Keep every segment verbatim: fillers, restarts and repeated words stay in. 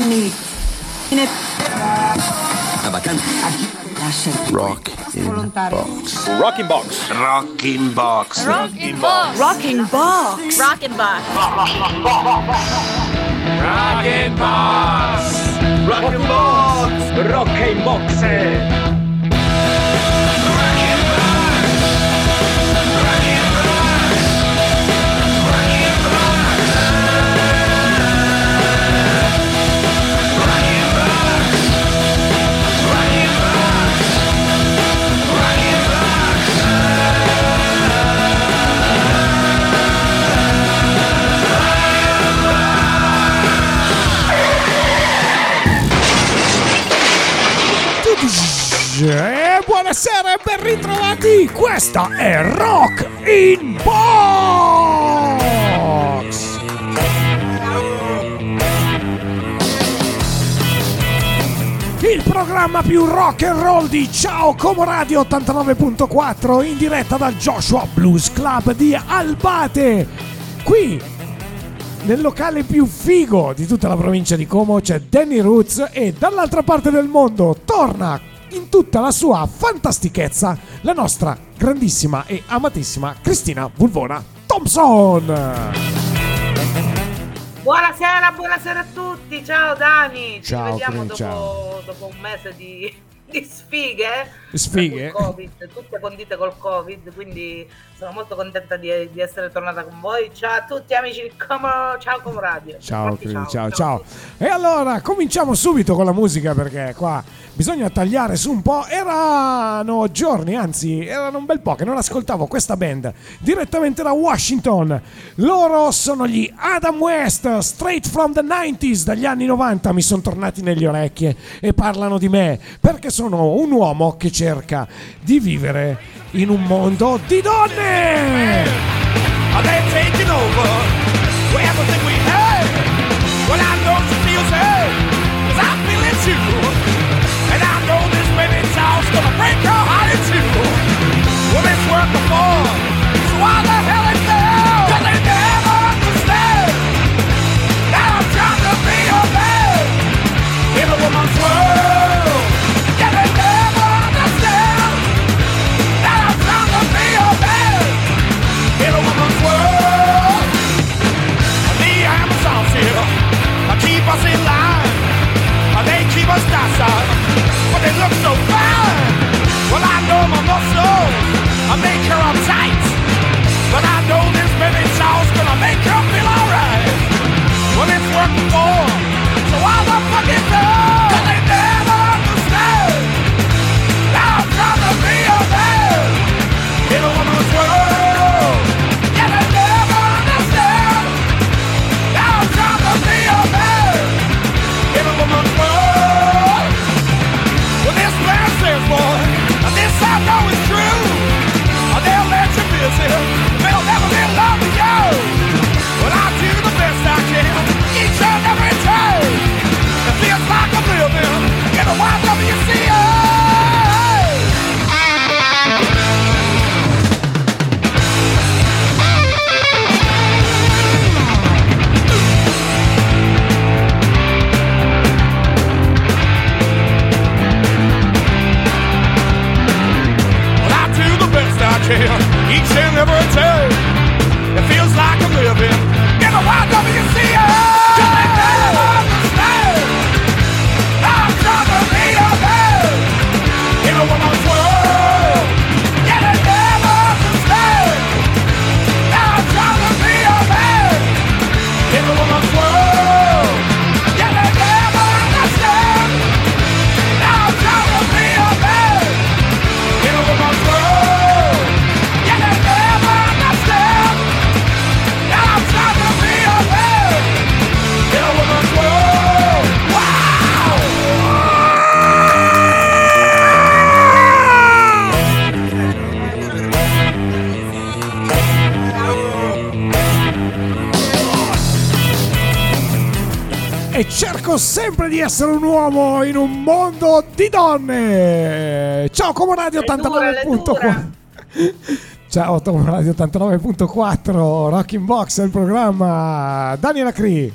lasciami in Rock in box. Rocking box. Rocking box. Rocking box. Rocking box. Rocking box. Rocking box. Rocking box. Rocking box. E buonasera e ben ritrovati, questa è Rock in Box! Il programma più rock and roll di Ciao Como Radio ottantanove virgola quattro in diretta dal Joshua Blues Club di Albate. Qui nel locale più figo di tutta la provincia di Como c'è Danny Roots e dall'altra parte del mondo torna in tutta la sua fantastichezza la nostra grandissima e amatissima Cristina Vulvona Thompson. Buonasera, buonasera a tutti, ciao Dani, ci ciao, vediamo dopo, ciao. dopo un mese di, di sfighe, sfighe. COVID, tutte condite col Covid, quindi sono molto contenta di, di essere tornata con voi. Ciao a tutti amici di Como, ciao Como Radio. Ciao, ciao, ciao, ciao, ciao. E allora cominciamo subito con la musica perché qua bisogna tagliare su un po'. Erano giorni, anzi erano un bel po' che non ascoltavo questa band direttamente da Washington. Loro sono gli Adam West, straight from the nineties, dagli anni novanta mi sono tornati nelle orecchie e parlano di me perché sono un uomo che cerca di vivere in un mondo di donne. They're taking over everything we had. Well, I know she feels hurt, 'cause I feel it too. And I know this baby talk's gonna break your heart in two. Well, it's worked before, so why the hell is there? 'Cause they never understand that I'm trying to be your man in a woman's world. Yeah, they never understand that I'm trying to be your man in a woman's world. The Amazons here, I keep us in line. They keep us docile, but they look so fine. Well, I know my muscles, I make her uptight, but I know this baby sauce gonna make her feel alright. Well, it's worked before, so why the fuck is that? 'Cause they never understand that I'm trying to be a man in a woman's world. Yeah, they never understand that I'm trying to be a man in a woman's world. Well, this man says, boy, this I know is true. They'll let you visit, they'll never be love to you. Well, I do the best I can, each and every day. It feels like I'm living in a Y W C A. Each and every day, it feels like I'm living in a Y W C A. 'Cause they never understand I'm trying to be a man in a woman's world. Yeah, they never understand I'm trying to be a man in a woman's world. Yeah, they never understand I'm trying to be a man in a woman's world. E cerco sempre di essere un uomo in un mondo di donne. Ciao Como Radio ottantanove virgola quattro. Ciao Radio ottantanove virgola quattro, Rock in Box è il programma. Daniela Cree.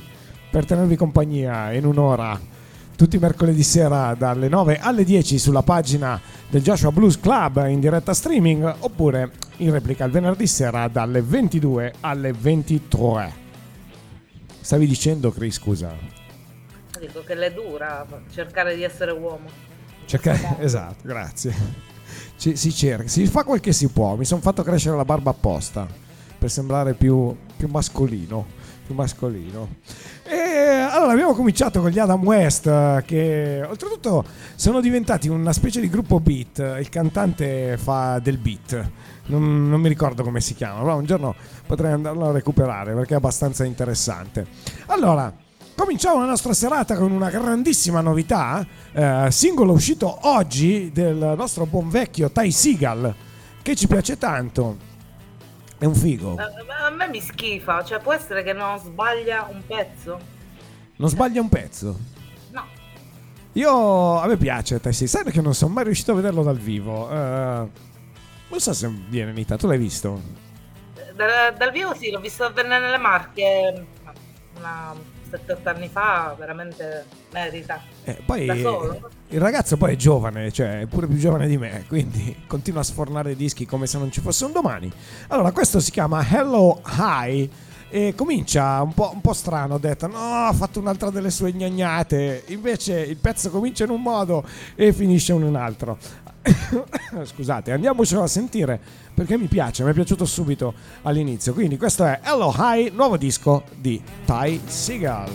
per tenervi compagnia in un'ora tutti i mercoledì sera dalle nove alle dieci sulla pagina del Joshua Blues Club in diretta streaming, oppure in replica il venerdì sera dalle ventidue alle ventitré. Stavi dicendo, Chris, scusa? Dico che le dura cercare di essere uomo. Cercare, esatto, grazie. Ci, si cerca, si fa quel che si può. Mi sono fatto crescere la barba apposta per sembrare più, più mascolino, più mascolino. E allora abbiamo cominciato con gli Adam West, che oltretutto sono diventati una specie di gruppo beat. Il cantante fa del beat, non, non mi ricordo come si chiama, però un giorno potrei andarlo a recuperare perché è abbastanza interessante. Allora, cominciamo la nostra serata con una grandissima novità, eh, singolo uscito oggi del nostro buon vecchio Ty Segall, che ci piace tanto. È un figo. A, a me mi schifa, cioè può essere che non sbaglia un pezzo? Non sbaglia un pezzo? No. Io, a me piace Ty Segall, sai che non sono mai riuscito a vederlo dal vivo. Uh, non so se viene in Italia, tu l'hai visto? Da, dal vivo sì, l'ho visto venire nelle Marche una sette otto anni fa, veramente merita. Eh, poi da solo. Il ragazzo poi è giovane, cioè è pure più giovane di me, quindi continua a sfornare dischi come se non ci fosse un domani. Allora, questo si chiama Hello High e comincia un po', un po' strano, ho detto no, ha fatto un'altra delle sue gnagnate, invece il pezzo comincia in un modo e finisce in un altro. Scusate, andiamocelo a sentire perché mi piace, mi è piaciuto subito all'inizio. Quindi questo è Hello High, nuovo disco di Ty Segall.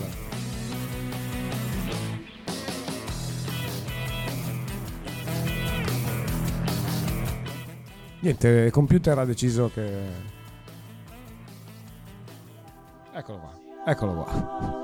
Niente, il computer ha deciso che... Eccolo qua, eccolo qua.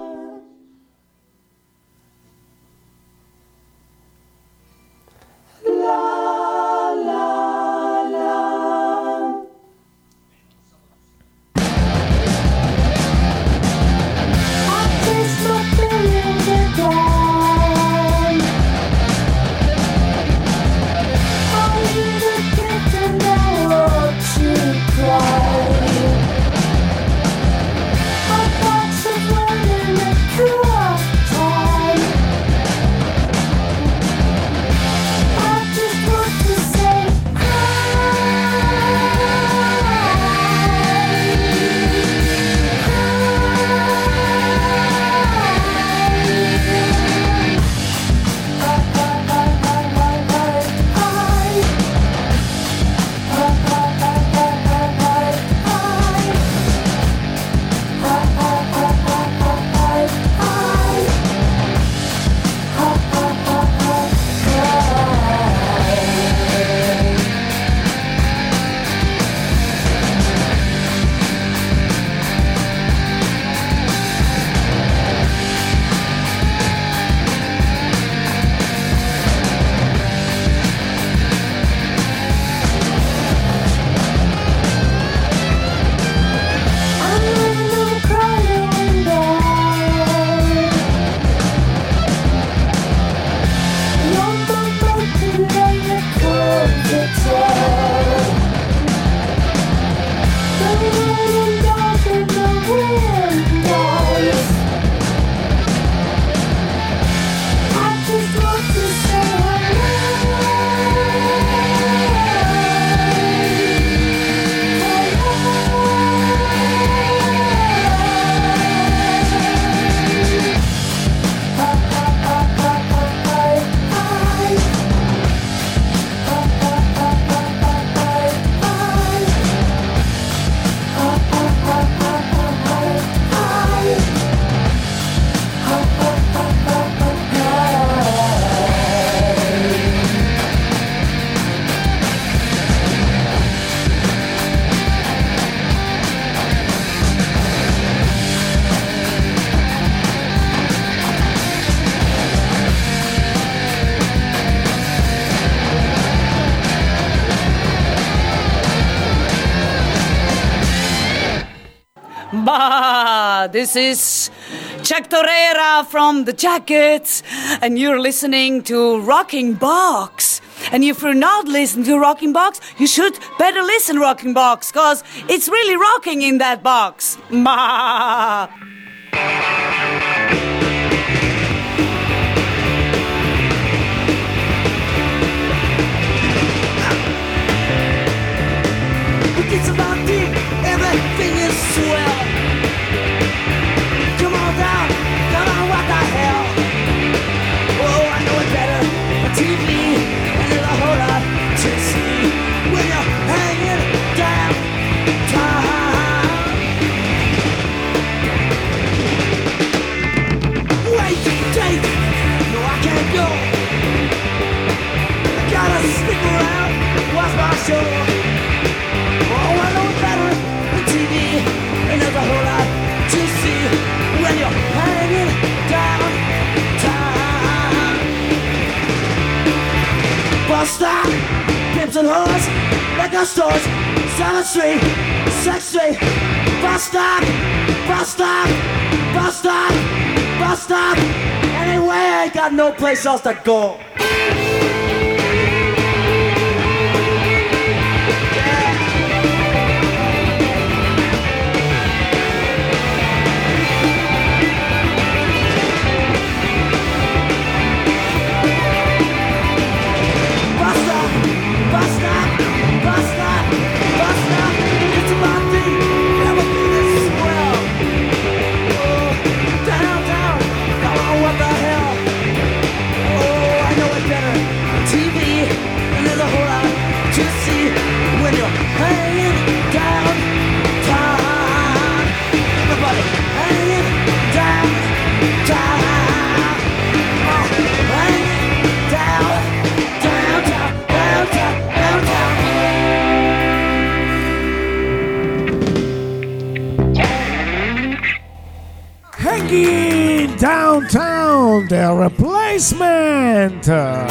Bah, this is Chuck Torreira from The Jackets, and you're listening to Rocking Box. And if you're not listening to Rocking Box, you should better listen to Rocking Box, because it's really rocking in that box. Bah! country, sexy, bus stop, bus stop, bus stop, bus stop. Anyway, I ain't got no place else to go. Hanging Downtown, The Replacement.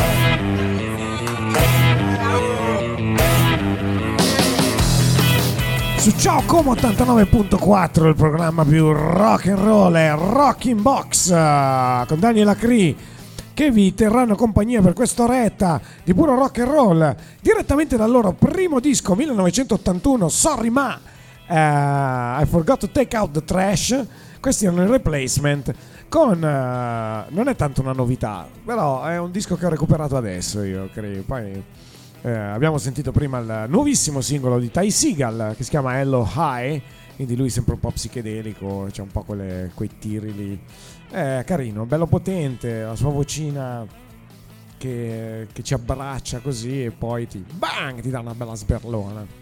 Su Ciao Como ottantanove punto quattro, il programma più rock and roll è Rocking Box, con Daniel Acri, che vi terranno compagnia per quest'oretta di puro rock and roll, direttamente dal loro primo disco millenovecentottantuno, Sorry Ma, uh, I Forgot to Take Out the Trash. Questi erano il Replacement con, uh, non è tanto una novità, però è un disco che ho recuperato adesso, io credo. Poi eh, abbiamo sentito prima il nuovissimo singolo di Ty Segall che si chiama Hello High, quindi lui sempre un po' psichedelico, c'è un po' quelle, quei tiri lì. È carino, bello potente, la sua vocina che, che ci abbraccia così e poi ti, bang, ti dà una bella sberlona.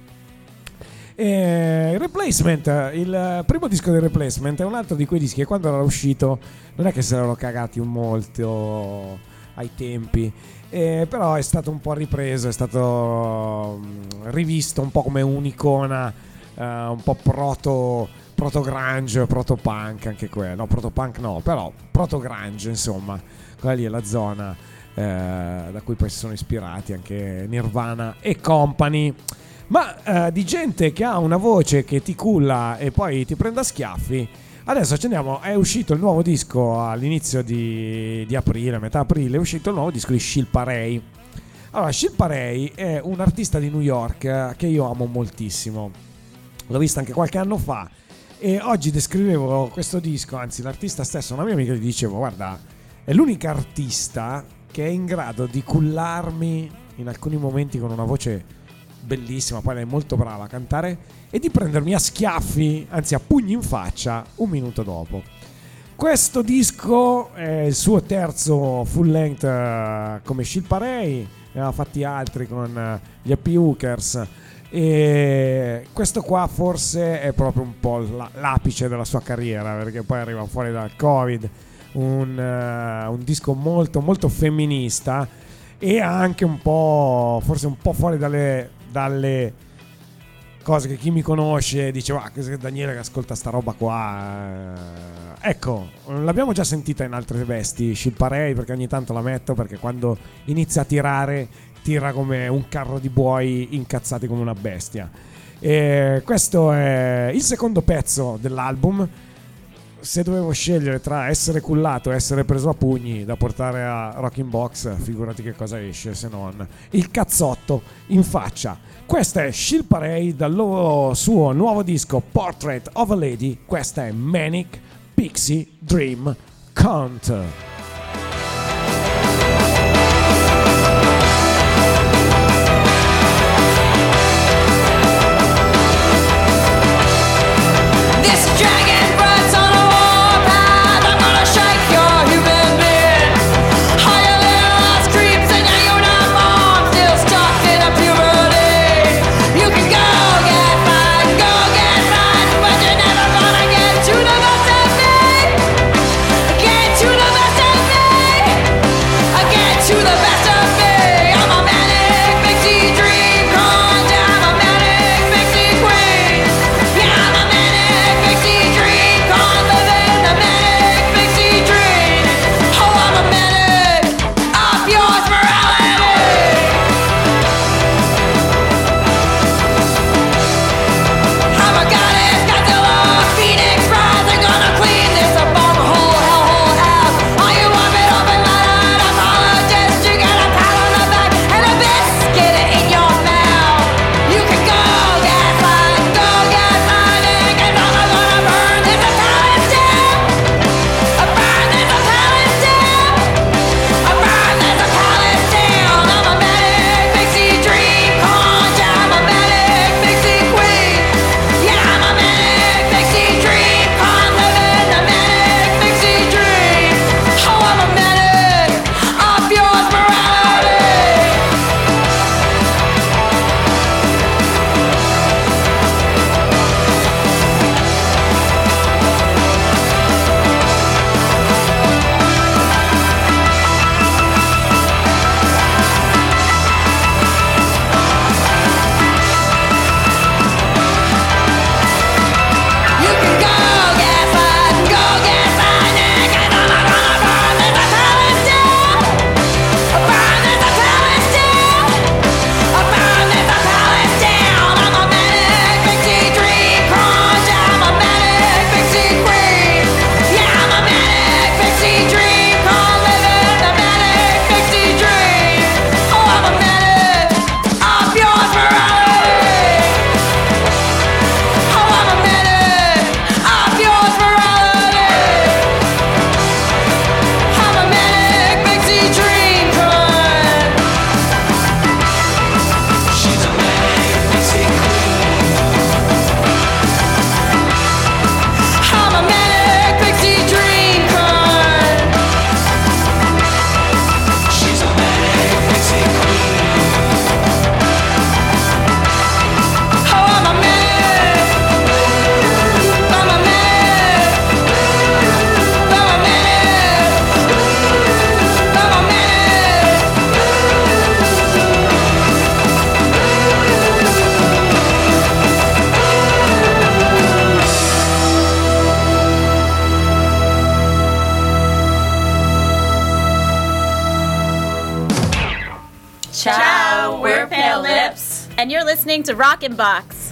E il Replacement, il primo disco del Replacement, è un altro di quei dischi che quando era uscito non è che se l'erano cagati un molto ai tempi, eh, però è stato un po' ripreso, è stato rivisto un po' come un'icona, eh, un po' proto proto grunge, proto punk, anche quello, no, proto punk no, però proto grunge, insomma, quella lì è la zona eh, da cui poi si sono ispirati anche Nirvana e company. Ma eh, di gente che ha una voce che ti culla e poi ti prende a schiaffi, adesso ci andiamo. È uscito il nuovo disco all'inizio di, di aprile, metà aprile, è uscito il nuovo disco di Shilpa Ray. Allora, Shilpa Ray è un artista di New York che io amo moltissimo, l'ho vista anche qualche anno fa e oggi descrivevo questo disco, anzi l'artista stesso, una mia amica, gli dicevo: guarda, è l'unica artista che è in grado di cullarmi in alcuni momenti con una voce bellissima, poi lei è molto brava a cantare, e di prendermi a schiaffi, anzi a pugni in faccia, un minuto dopo. Questo disco è il suo terzo full length uh, come Shilpa Ray, ne aveva fatti altri con uh, gli Happy Hookers, e questo qua forse è proprio un po' l'apice della sua carriera, perché poi arriva fuori dal Covid, un, uh, un disco molto molto femminista e anche un po', forse un po' fuori dalle dalle cose che chi mi conosce dice: ah, che Daniele che ascolta sta roba qua. Ecco, l'abbiamo già sentita in altre vesti Shilpa Ray, perché ogni tanto la metto, perché quando inizia a tirare tira come un carro di buoi incazzati come una bestia. E questo è il secondo pezzo dell'album. Se dovevo scegliere tra essere cullato e essere preso a pugni da portare a Rocking Box, figurati che cosa esce se non il cazzotto in faccia. Questa è Shilpa Ray dal loro, suo nuovo disco Portrait of a Lady. Questa è Manic Pixie Dream Count. To the best of And you're listening to Rockin' Box.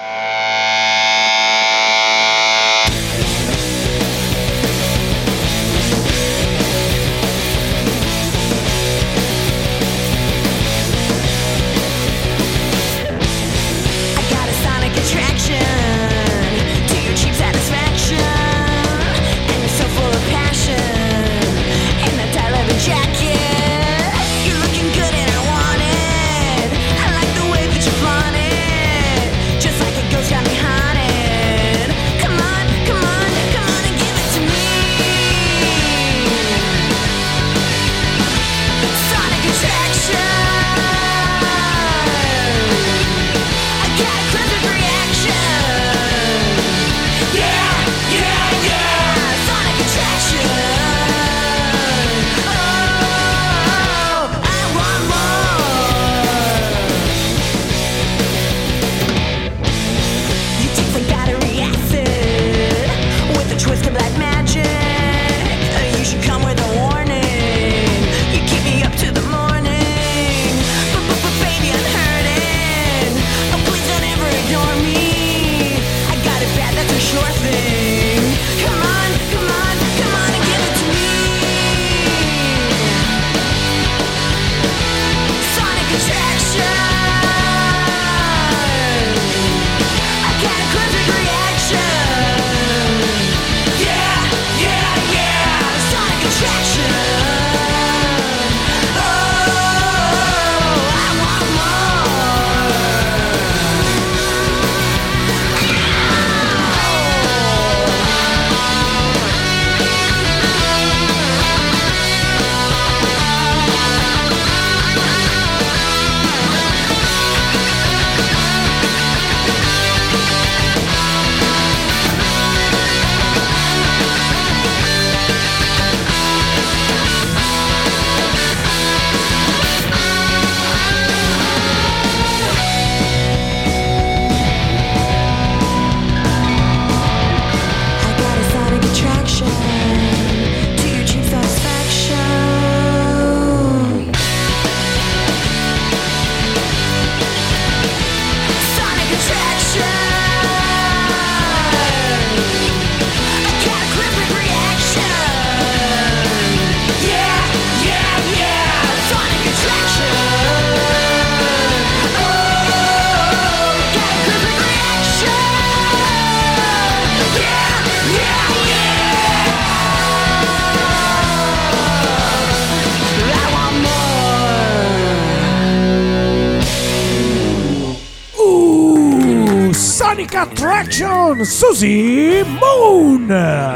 Attraction, Susie Moon.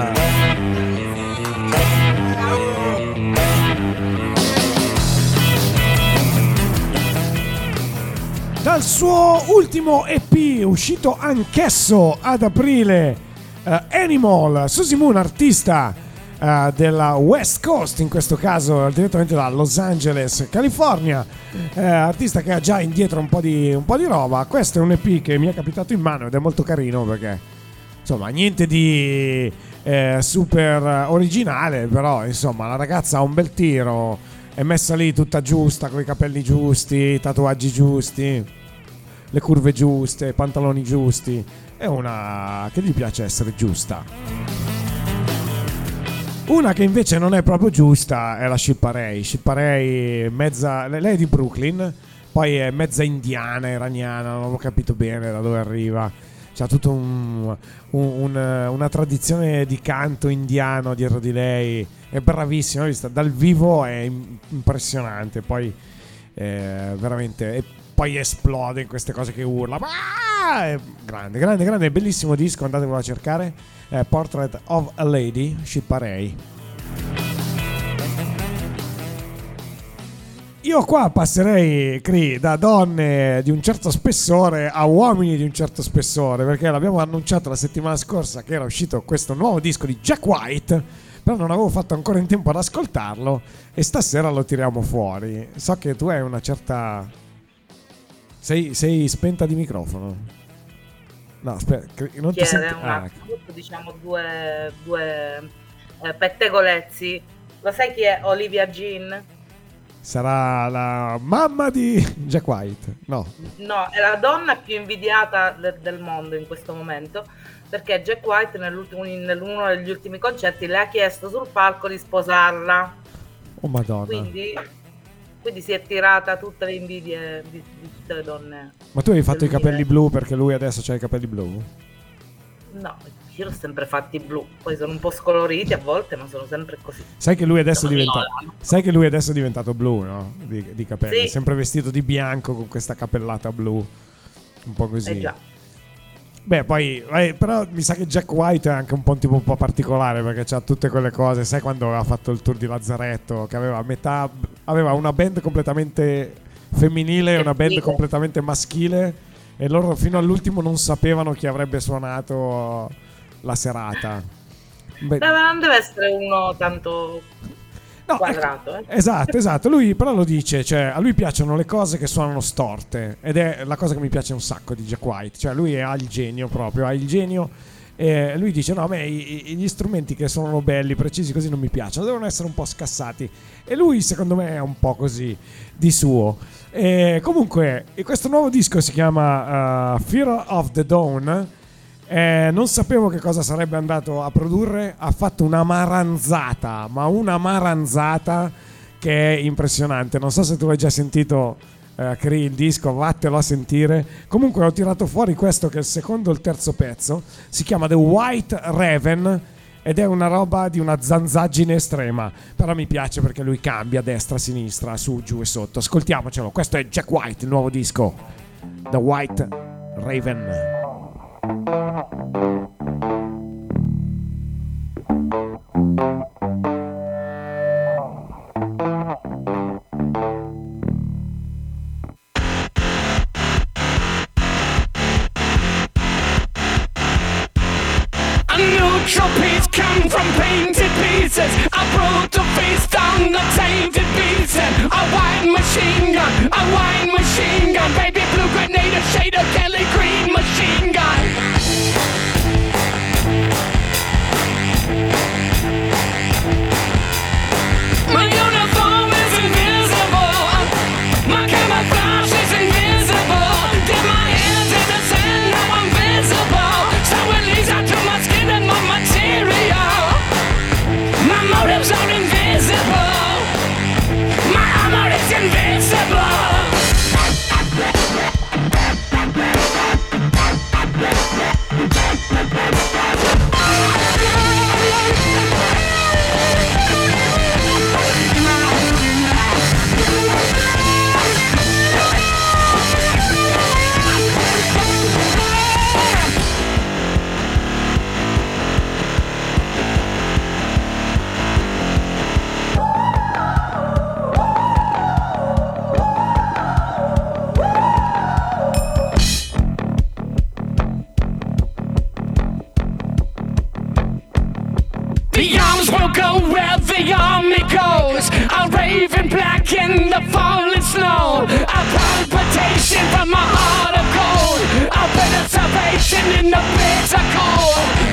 Dal suo ultimo E P uscito anch'esso ad aprile, uh, Animal, Susie Moon, artista uh, della West Coast, in questo caso direttamente da Los Angeles, California, uh, artista che ha già indietro un po' di un po' di roba. Questo è un E P che mi è capitato in mano ed è molto carino perché insomma niente di eh, super originale, però insomma la ragazza ha un bel tiro, è messa lì tutta giusta, con i capelli giusti, i tatuaggi giusti, le curve giuste, i pantaloni giusti. È una che gli piace essere giusta. Una che invece non è proprio giusta è la Shilpa Ray. Shilpa Ray, mezza, lei è di Brooklyn, poi è mezza indiana, iraniana, non ho capito bene da dove arriva. C'ha tutta un, un, un, una tradizione di canto indiano dietro di lei. È bravissima, vista dal vivo è impressionante. Poi eh, veramente, e poi esplode in queste cose che urla. Ah! È grande, grande, grande, bellissimo disco. Andatevelo a cercare. Eh, Portrait of a Lady, Shilpa Ray. Io qua passerei, Cri, da donne di un certo spessore a uomini di un certo spessore, perché l'abbiamo annunciato la settimana scorsa che era uscito questo nuovo disco di Jack White, però non avevo fatto ancora in tempo ad ascoltarlo e stasera lo tiriamo fuori. So che tu hai una certa... Sei, sei spenta di microfono? No, aspetta, non ti sento... Una, ah, diciamo due, due eh, pettegolezzi. Lo sai chi è Olivia Jean? Sarà la mamma di Jack White? No. No, è la donna più invidiata de- del mondo in questo momento, perché Jack White nell'ultimo, nell'uno degli ultimi concerti le ha chiesto sul palco di sposarla. Oh Madonna. Quindi, quindi si è tirata tutte le invidie di, di tutte le donne. Ma tu hai fatto i capelli blu? blu perché lui adesso c'ha i capelli blu? No, io l'ho sempre fatti blu, poi sono un po' scoloriti a volte, ma sono sempre così. Sai che lui adesso è Sono diventato, viola. sai che lui adesso è diventato blu, no? Di, di capelli, Sì. sempre vestito di bianco con questa cappellata blu, un po' così. Eh già. Beh, poi, eh, però mi sa che Jack White è anche un po' un tipo un po' particolare, perché c'ha tutte quelle cose. Sai quando aveva fatto il tour di Lazzaretto, che aveva metà, aveva una band completamente femminile e una band figo. completamente maschile, e loro fino all'ultimo non sapevano chi avrebbe suonato la serata. Beh, Beh, ma non deve essere uno tanto no, quadrato, ecco, eh. esatto, esatto. Lui però lo dice, cioè a lui piacciono le cose che suonano storte, ed è la cosa che mi piace un sacco di Jack White. Cioè lui ha il genio proprio, ha il genio. E lui dice: no, a me i- i- gli strumenti che suonano belli, precisi così non mi piacciono, devono essere un po' scassati. E lui secondo me è un po' così di suo. E comunque questo nuovo disco si chiama uh, Fear of the Dawn. Eh, non sapevo che cosa sarebbe andato a produrre. Ha fatto una maranzata, ma una maranzata che è impressionante. Non so se tu hai già sentito eh, Cree, il disco, vattelo a sentire. Comunque ho tirato fuori questo che è il secondo o il terzo pezzo. Si chiama The White Raven ed è una roba di una zanzaggine estrema. Però mi piace perché lui cambia destra, sinistra, su, giù e sotto. Ascoltiamocelo. Questo è Jack White, il nuovo disco, The White Raven. Trophies come from painted pieces. I brought the face down the tainted pieces. A white machine gun, a white machine gun. Baby blue grenade, a shade of Kelly green machine gun. My uniform is invisible. My camouflage is invisible. Dip my hands in the sand, now I'm visible. So it leads out to my skin and my material. My motives are invisible. My armor is invincible. The arms will go where the army goes. A raven black in the falling snow. A palpitation from my heart of gold. A bit of salvation in the bitter cold.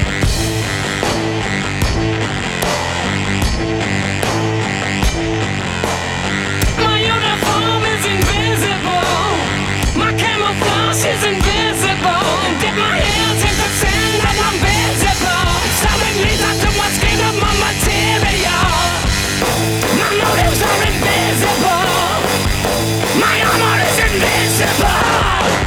My uniform is invisible. My camouflage is invisible. Dip my hands in the sand and I'm visible. Suddenly that's the one skin of my material. My motives are invisible. My armor is invisible.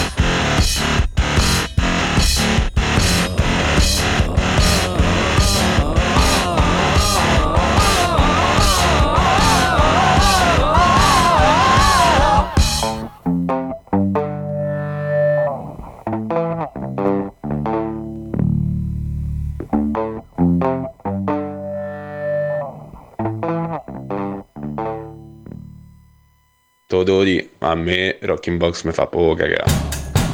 Todori, a me Rocking Box mi fa poco cagare.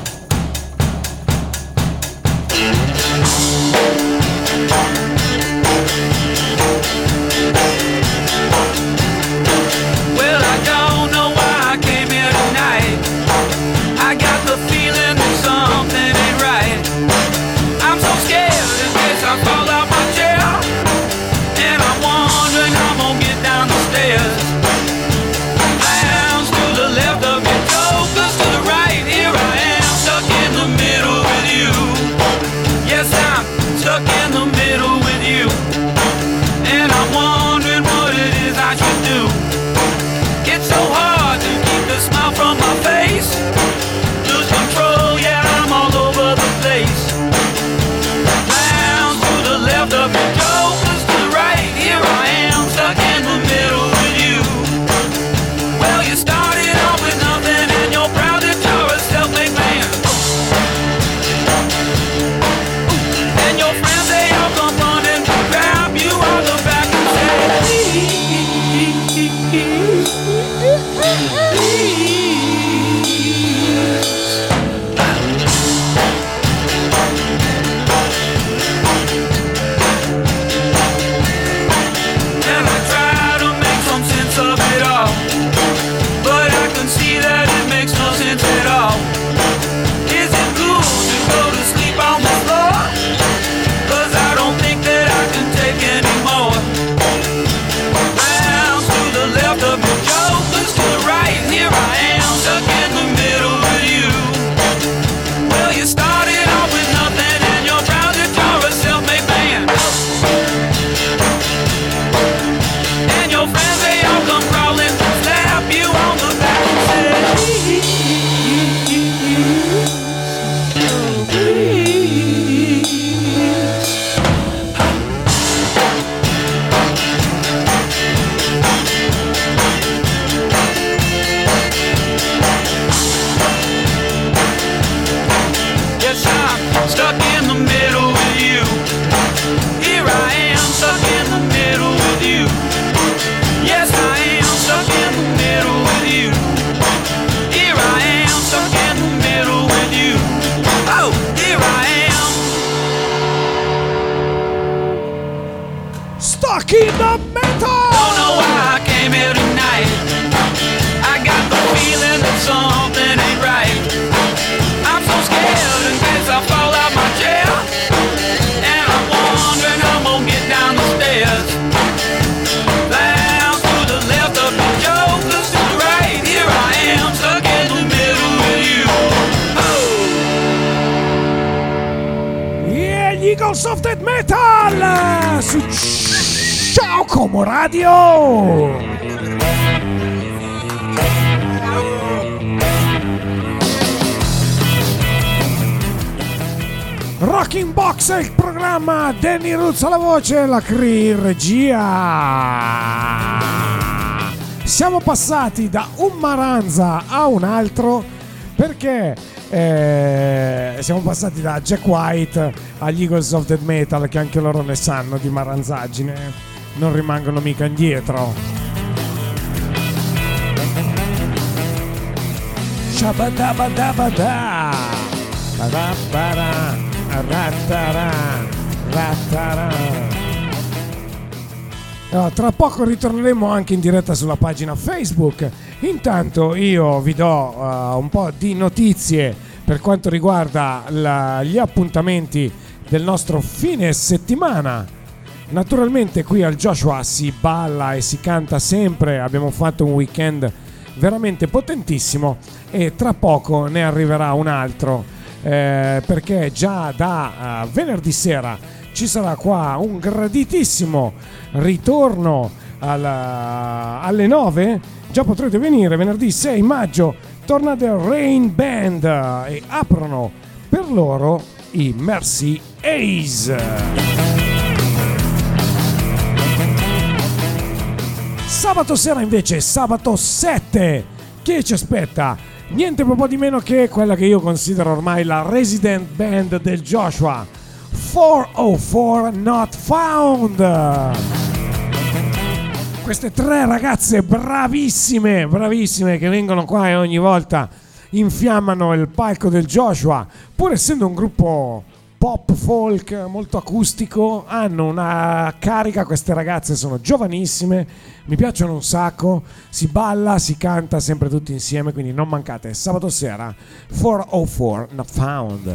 Well, I don't know why I came here tonight. I got the feeling that something ain't right. I'm so scared in case I fall out my chair, and I'm wondering how I'm gonna get down the stairs. Stuck in the Metal! Don't know why I came here tonight. I got the feeling that something ain't right. I'm so scared in case I fall out my chair, and I'm wondering how I'm gonna get down the stairs. Down to the left of the jokers, to the right, here I am, stuck in the middle with you. Oh. Yeah, gli Eagles of Death Metal! Su Ciao Como Radio! Rocking Box è il programma, Danny Roots alla voce, la Cree in regia. Siamo passati da un Maranza a un altro perché eh, siamo passati da Jack White agli Eagles of Death Metal, che anche loro ne sanno di maranzaggine, non rimangono mica indietro. Shabadabadabada, badabada. Rattara, rattara. Allora, tra poco ritorneremo anche in diretta sulla pagina Facebook. Intanto io vi do uh, un po' di notizie per quanto riguarda la, gli appuntamenti del nostro fine settimana. Naturalmente qui al Joshua si balla e si canta sempre, abbiamo fatto un weekend veramente potentissimo e tra poco ne arriverà un altro. Eh, perché già da uh, venerdì sera ci sarà qua un graditissimo ritorno alla, alle nove. Già potrete venire venerdì sei maggio, torna The Rain Band uh, e aprono per loro i Mercy Ace. Sabato sera invece, sabato sette, chi ci aspetta? Niente po' di meno che quella che io considero ormai la resident band del Joshua, quattrocentoquattro Not Found. Queste tre ragazze bravissime, bravissime, che vengono qua e ogni volta infiammano il palco del Joshua, pur essendo un gruppo pop folk molto acustico, hanno una carica. Queste ragazze sono giovanissime, mi piacciono un sacco, si balla, si canta sempre tutti insieme, quindi non mancate sabato sera quattrocentoquattro Not Found.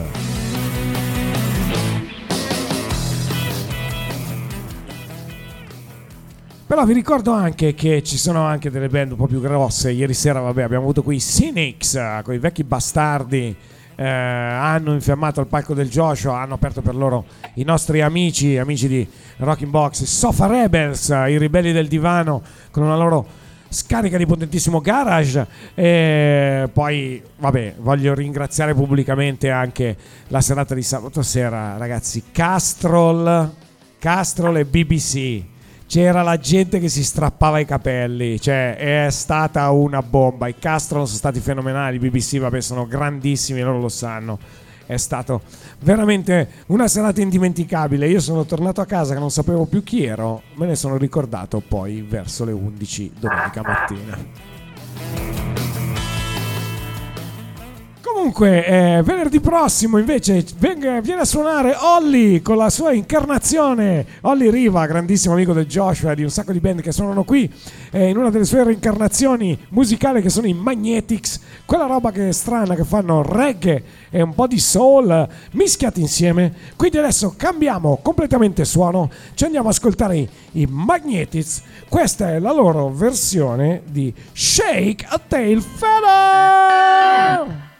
Però vi ricordo anche che ci sono anche delle band un po' più grosse. Ieri sera vabbè abbiamo avuto qui i Cynics, con i vecchi bastardi. Eh, hanno infiammato il palco del Joshua, hanno aperto per loro i nostri amici, amici di Rocking Box, Sofa Rebels, i ribelli del divano, con una loro scarica di potentissimo garage. E poi vabbè, voglio ringraziare pubblicamente anche la serata di sabato sera, ragazzi. Castrol, Castrol e B B C. C'era la gente che si strappava i capelli, cioè è stata una bomba. I Castrol sono stati fenomenali, i B B C vabbè sono grandissimi, loro lo sanno. È stato veramente una serata indimenticabile. Io sono tornato a casa che non sapevo più chi ero, me ne sono ricordato poi verso le undici domenica mattina. Comunque eh, venerdì prossimo invece viene a suonare Olly con la sua incarnazione. Olly Riva, grandissimo amico del Joshua, di un sacco di band che suonano qui, eh, in una delle sue reincarnazioni musicali che sono i Magnetics, quella roba che è strana, che fanno reggae e un po' di soul mischiati insieme. Quindi adesso cambiamo completamente suono, ci andiamo ad ascoltare i, i Magnetics. Questa è la loro versione di Shake a Tail Feather.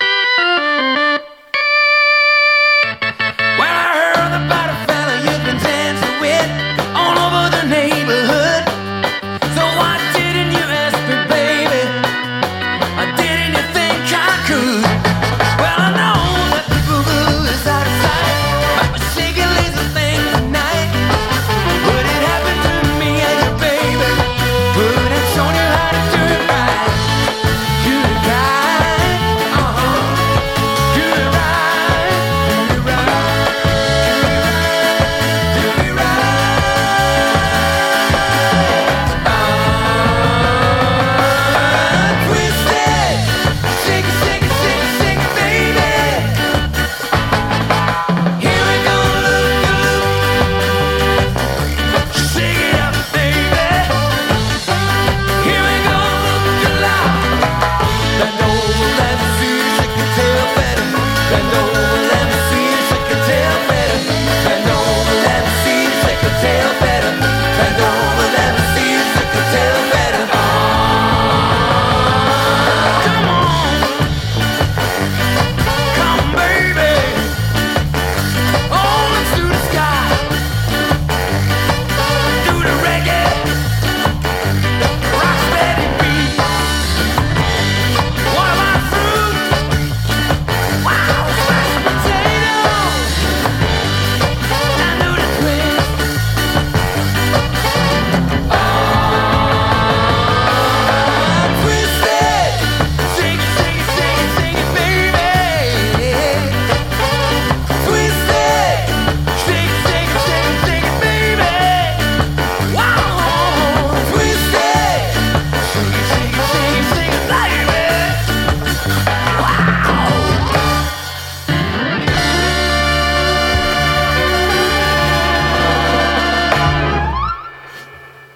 Well, I heard about a fella you've been dancing with all over the neighborhood. So why didn't you ask me, baby? Or didn't you think I could? Well, I know that people do is out of sight, but shaking lazy thing tonight. Would it happen to me and your baby? Would it show you how to do it right? Do it right.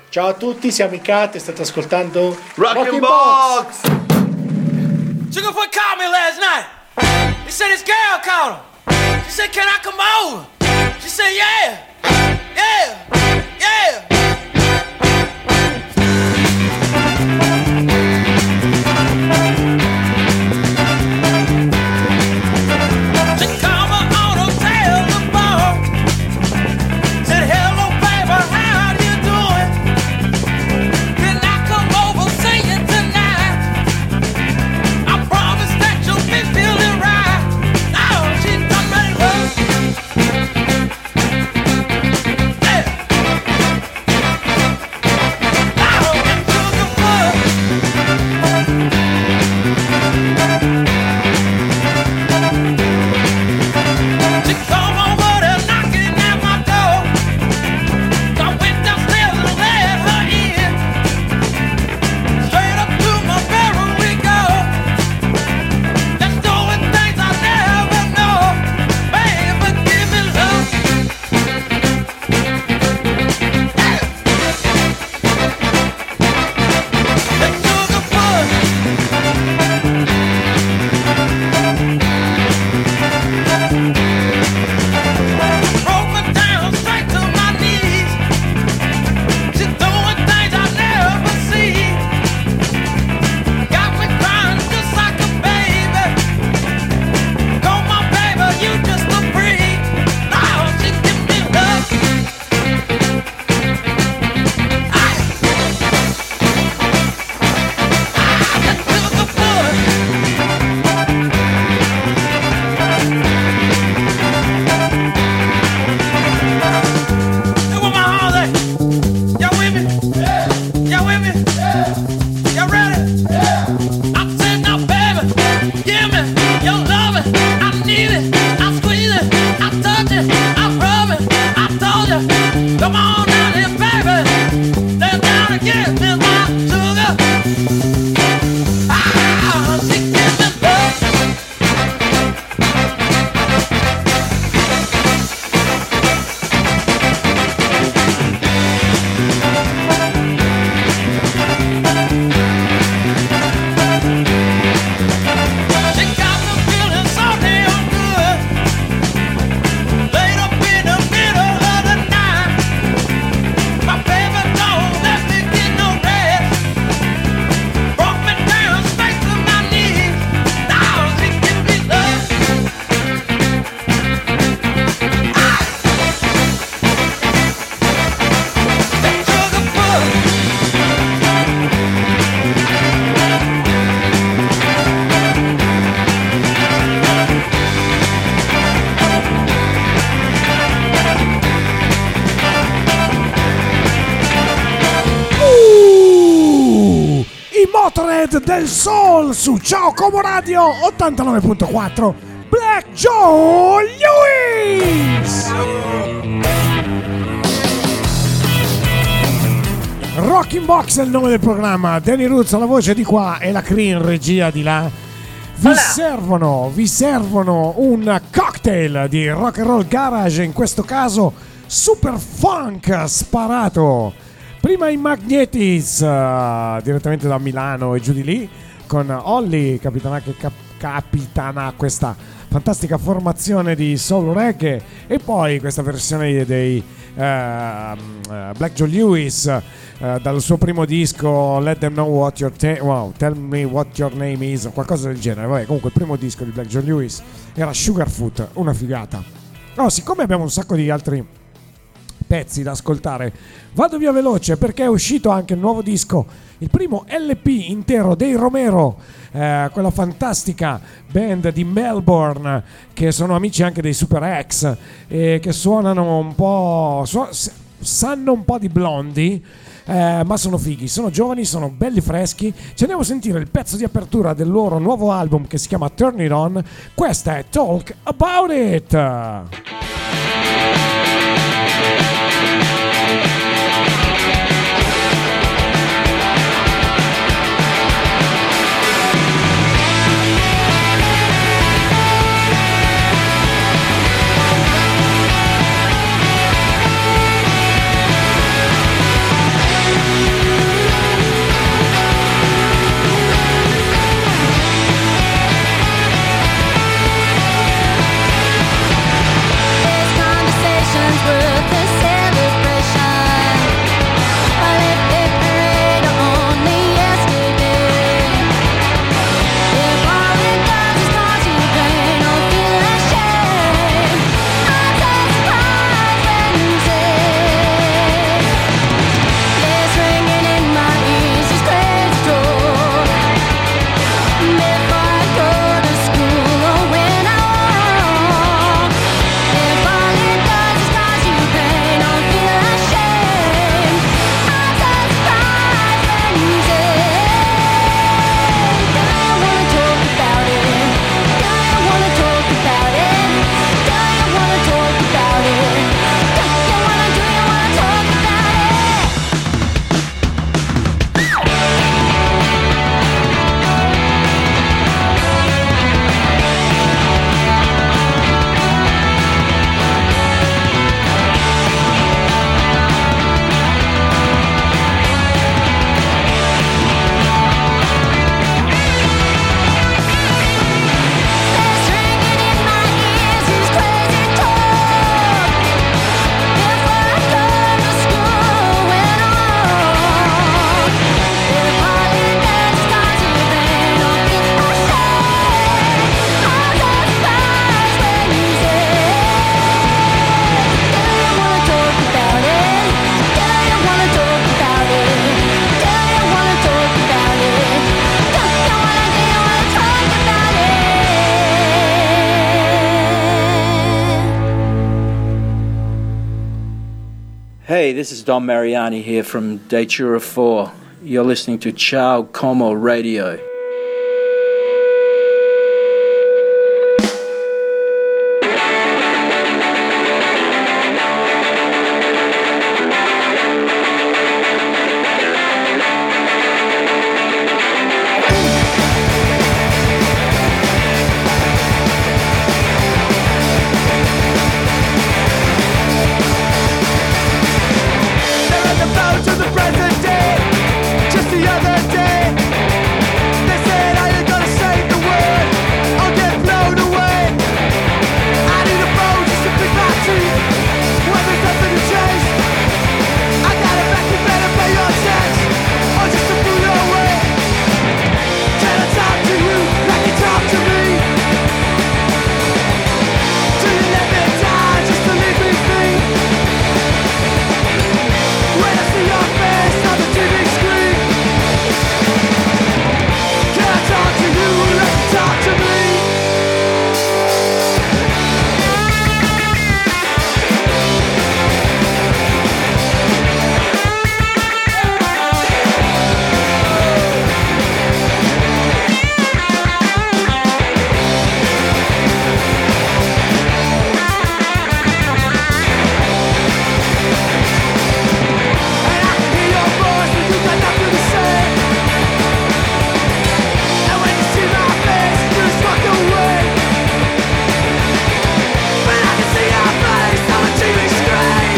Ciao a tutti, siamo i Cat e state ascoltando Rockin' Box. Sugarfoot called me last night. He said his girl called him. She said, can I come over? She said, yeah, yeah, yeah. Del Soul su Ciao Como Radio ottantanove virgola quattro Black Joe Lewis. Rockin' Box è il nome del programma. Danny Roots alla voce di qua e la Cream regia di là. Vi servono, vi servono un cocktail di rock and roll garage, in questo caso super funk sparato. Prima i Magnetis, uh, direttamente da Milano e giù di lì, con Olly, capitana che cap- capitana questa fantastica formazione di soul reggae, e poi questa versione dei uh, uh, Black Joe Lewis uh, dal suo primo disco Let Them Know What Your ta- wow, Tell Me What Your Name Is, qualcosa del genere. Vabbè, comunque il primo disco di Black Joe Lewis era Sugarfoot, una figata. No, siccome abbiamo un sacco di altri pezzi da ascoltare, vado via veloce perché è uscito anche il nuovo disco, il primo L P intero dei Romero, eh, quella fantastica band di Melbourne che sono amici anche dei Super X e che suonano un po', su- sanno un po' di Blondie, eh, ma sono fighi, sono giovani, sono belli freschi. Ci andiamo a sentire il pezzo di apertura del loro nuovo album che si chiama Turn It On. Questa è Talk About It. Hey, this is Don Mariani here from Datura four. You're listening to Ciao Como Radio. To the present day, just the other day, they said, "Are you gonna save the world or get blown away?" I need a boat just to pick my teeth when there's nothing to chase. I got it back, you better pay your tax or just to fool your way. Can I talk to you like you talk to me? Do you let me die just to leave me be? When I see your face on the T V screen, can I talk to you like you talk to me? And I can hear your voice when you got nothing to say. And when you see my face, you just walk away. But I can see your face on the T V screen.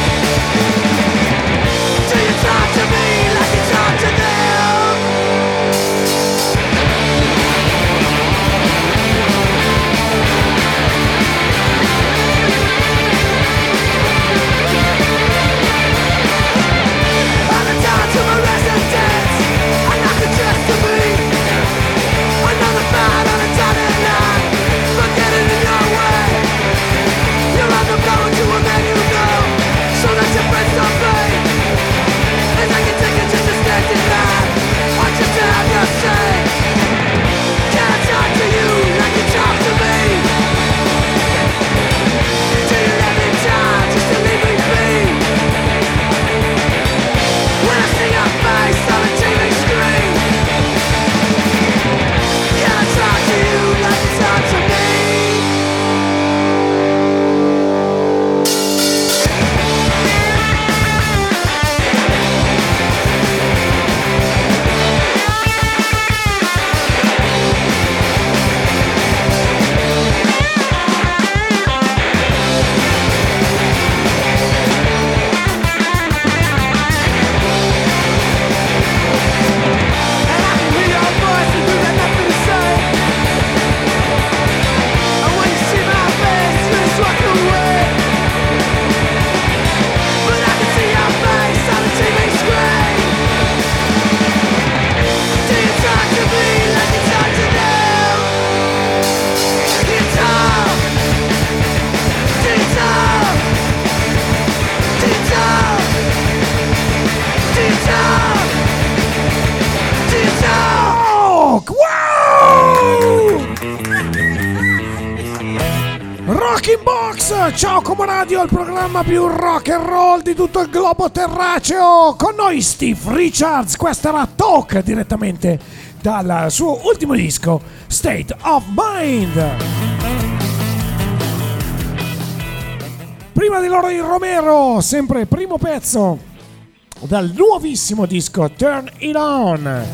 Do you talk to me like you talk to them? I'm the down to my residence, I'm not the dress to me. Another bad on a dotted line, forget it in your way. You're on the road to a man you know, so let your friends don't play. And I can take it just to stand in line, or just to have your say. Can I talk to you like you talk to me? Do you let me die just to leave me be? When I see your face on the T V screen, can I talk to you like you talk to me? And I can hear your voice when you got nothing to say. And when you see my face, you just walk away. But I can see your face on the T V screen. Do you talk to me like you talk to them? Do you talk? Do you talk? Do you talk? Do you talk? Do you talk? Wow! Rocking Box, ciao Como Radio, il programma più rock and roll di tutto il globo terraceo. Con noi Steve Richards, questa era Talk direttamente dal suo ultimo disco State of Mind. Prima di loro il Romero, sempre primo pezzo dal nuovissimo disco Turn It On.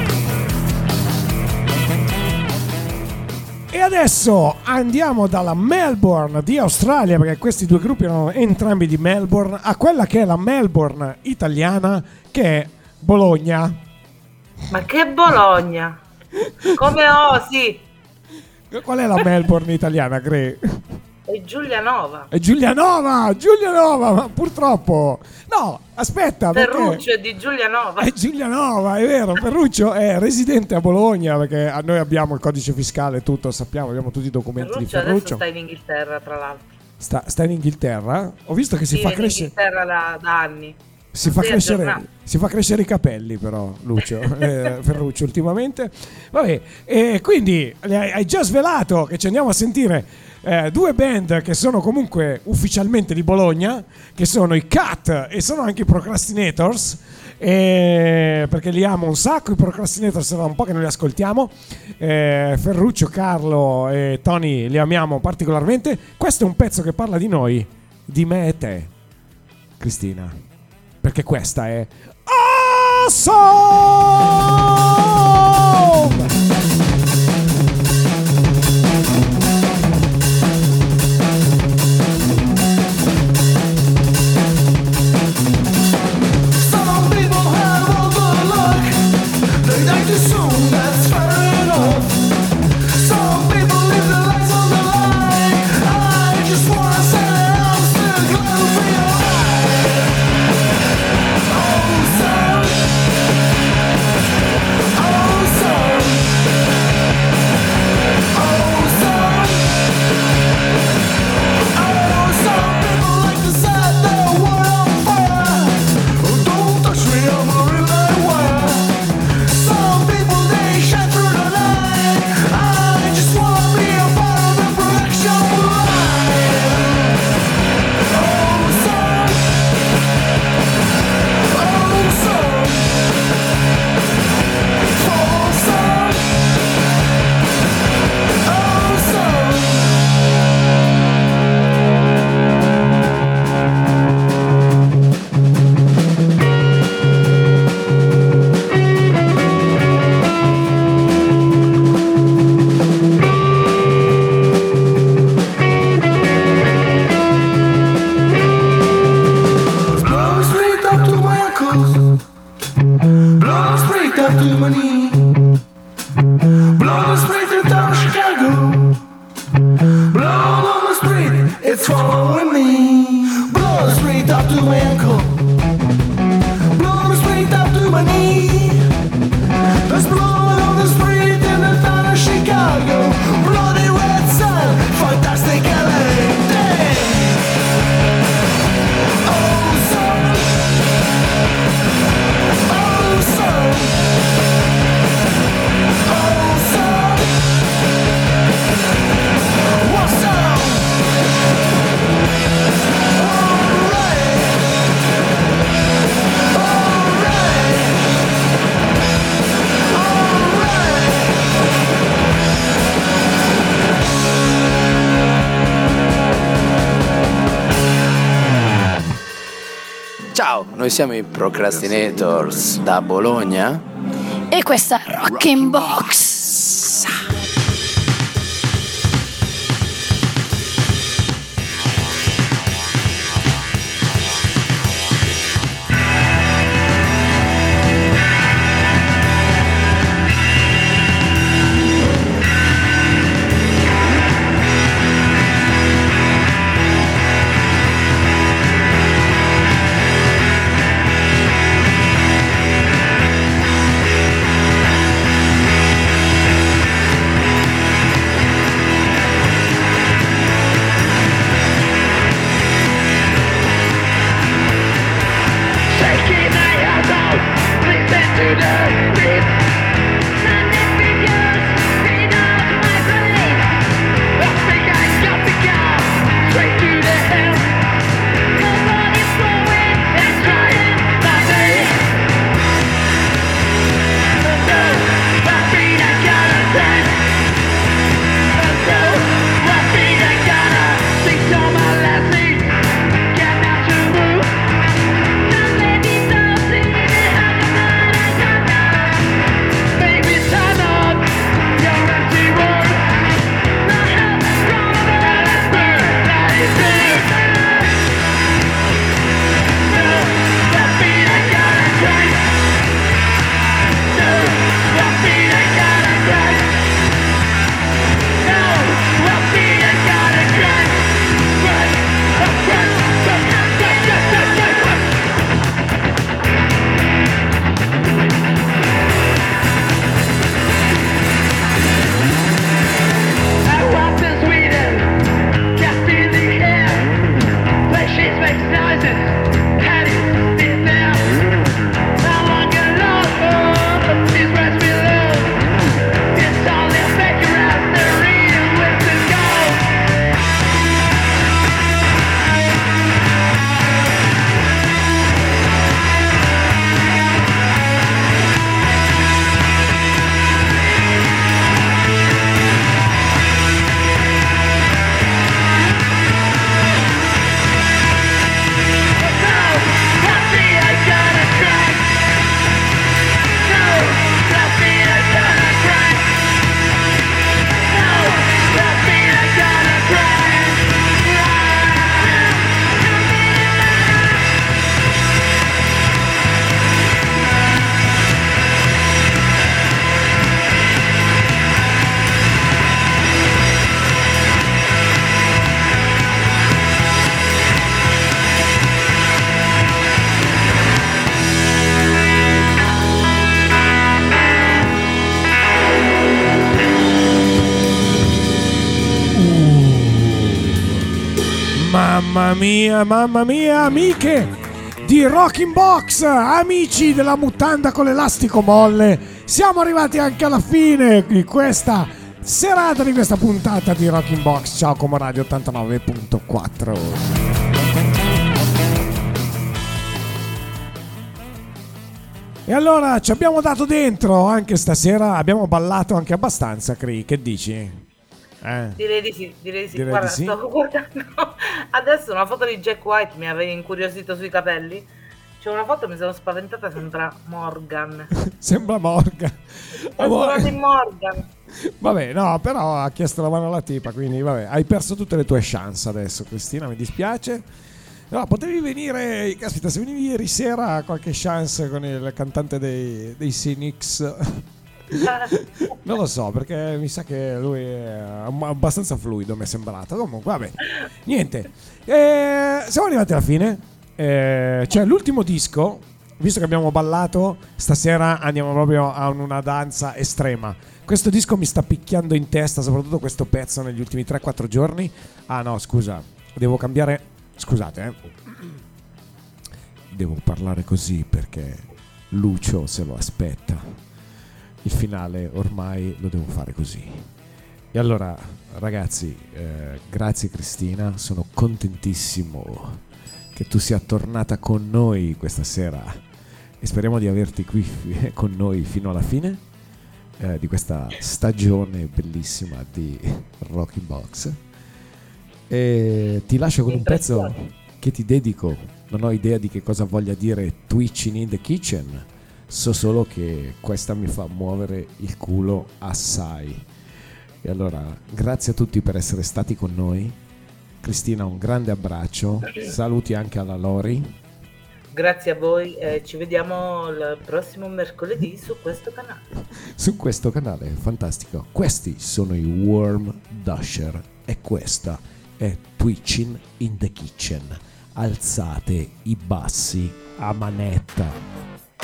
E adesso andiamo dalla Melbourne di Australia, perché questi due gruppi erano entrambi di Melbourne, a quella che è la Melbourne italiana, che è Bologna. Ma che Bologna? Come osi? Qual è la Melbourne italiana, Gre? È Giulianova. È Giulianova, Giulianova, ma purtroppo... No, aspetta, Ferruccio perché... è di Giulianova. È Giulianova, è vero, Ferruccio è residente a Bologna, perché a noi abbiamo il codice fiscale, tutto, sappiamo, abbiamo tutti i documenti Ferruccio di Ferruccio. adesso sta in Inghilterra, tra l'altro. Sta, sta in Inghilterra? Ho visto che si Sì, fa in crescere... Inghilterra da, da anni. Si fa, Sei crescere, aggiornato. si fa crescere i capelli però Lucio eh, Ferruccio ultimamente. Vabbè, e quindi hai, hai già svelato che ci andiamo a sentire eh, due band che sono comunque ufficialmente di Bologna, che sono i Cat e sono anche i Procrastinators, eh, perché li amo un sacco. I Procrastinators da un po' che non li ascoltiamo, eh, Ferruccio, Carlo e Tony li amiamo particolarmente. Questo è un pezzo che parla di noi, di me e te, Cristina, perché questa è Awesome! Noi siamo i Procrastinators da Bologna e questa è Rocking Box. Thank Mamma mia, mamma mia, amiche di Rocking Box, amici della mutanda con l'elastico molle, siamo arrivati anche alla fine di questa serata, di questa puntata di Rocking Box. Ciao Como Radio ottantanove punto quattro. E allora ci abbiamo dato dentro anche stasera, abbiamo ballato anche abbastanza, Cri, che dici? Eh. Direi di sì, direi di sì. Direi Guarda, di sì. stavo guardando adesso una foto di Jack White, mi aveva incuriosito sui capelli. C'è una foto, mi sono spaventata, sembra Morgan. Sembra Morgan. Sembra di Morgan. Vabbè, no, però ha chiesto la mano alla tipa, quindi vabbè, hai perso tutte le tue chance adesso, Cristina, mi dispiace. No, potevi venire, caspita, se venivi ieri sera qualche chance con il cantante dei, dei Cynics. Non lo so, perché mi sa che lui è abbastanza fluido, mi è sembrato. Comunque, vabbè, niente. Eh, siamo arrivati alla fine. Eh, c'è l'ultimo disco. Visto che abbiamo ballato, stasera andiamo proprio a una danza estrema. Questo disco mi sta picchiando in testa, soprattutto questo pezzo negli ultimi tre quattro giorni. Ah no, scusa, devo cambiare. Scusate, eh. Devo parlare così perché Lucio se lo aspetta. Il finale ormai lo devo fare così. E allora, ragazzi, eh, grazie Cristina, sono contentissimo che tu sia tornata con noi questa sera e speriamo di averti qui f- con noi fino alla fine eh, di questa stagione bellissima di Rocking Box. E ti lascio con un pezzo che ti dedico. Non ho idea di che cosa voglia dire Twitching in the Kitchen, so solo che questa mi fa muovere il culo assai. E allora grazie a tutti per essere stati con noi. Cristina, un grande abbraccio, saluti anche alla Lori. Grazie a voi e ci vediamo il prossimo mercoledì su questo canale. Su questo canale, fantastico. Questi sono i Worm Dasher e questa è Twitching in the Kitchen. Alzate i bassi a manetta.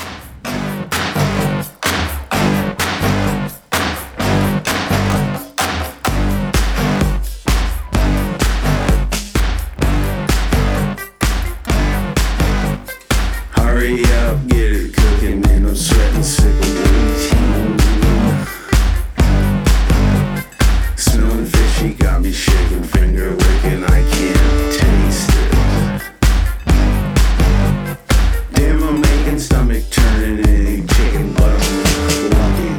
Hurry up, get it cooking, man, I'm sweating, sick of waiting. Smelling fishy, got me shaking, finger licking, I can't taste it. Damn, I'm making stomach turning, it ain't chicken, but I'm walking.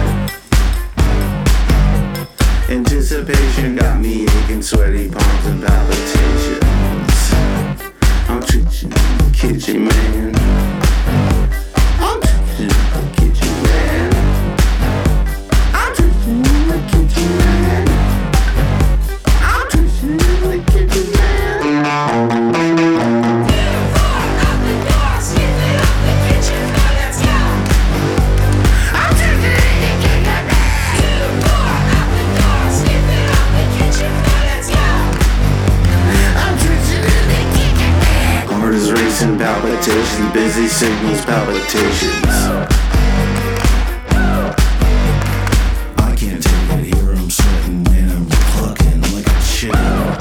Anticipation got me aching, sweaty palms and palpitations. I'm twitching in the kitchen, man. I'm twitching in the kitchen, man. I'm twitching in the kitchen, man. I'm twitching in the kitchen, man. Heart is racing, palpitations, busy signals, palpitations. I can't take it here, I'm sweating, man, I'm clucking like a chicken.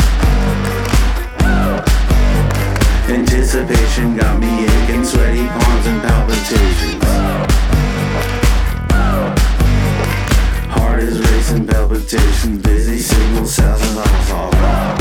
Anticipation got me aching, sweaty palms and palpitations. Heart is racing, palpitations, busy signals, sounds off, all right.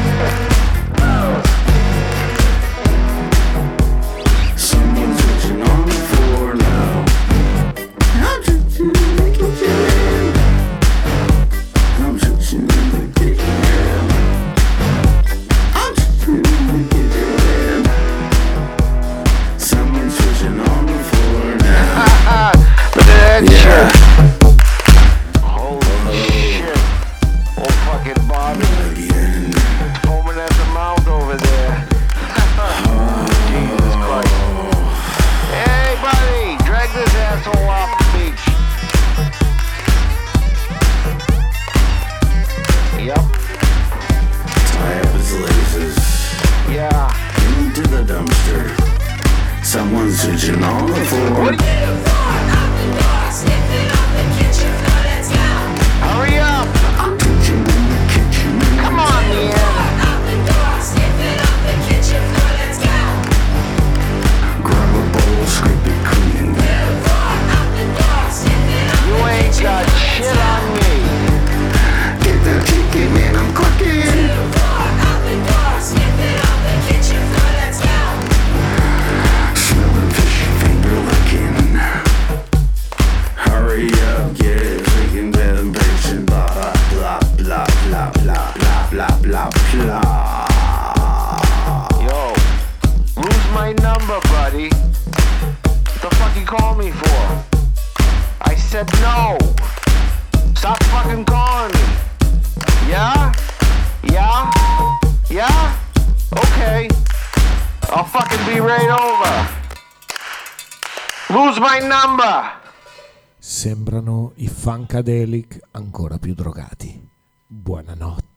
Someone's switching on the floor now. I'm switching in the kitchen, man. I'm switching in the kitchen, man. I'm switching in the kitchen, man. Someone's switching on the floor now. Yeah. Holy shit. Old fucking Bobby. Again. Foaming at the mouth over there. Jesus Christ. Hey, buddy, drag this asshole off the beach. Yep. Tie up his lasers. Yeah. Into the dumpster. Someone's switching on the floor. What are you for? Hurry up! I'm twitching in the kitchen. Come on, man. Yo, lose my number, buddy. What the fuck you call me for? I said no. Stop fucking calling me. Yeah? Yeah? Yeah? Okay. I'll fucking be right over. Lose my number. Sembrano i Funkadelic ancora più drogati. Buonanotte.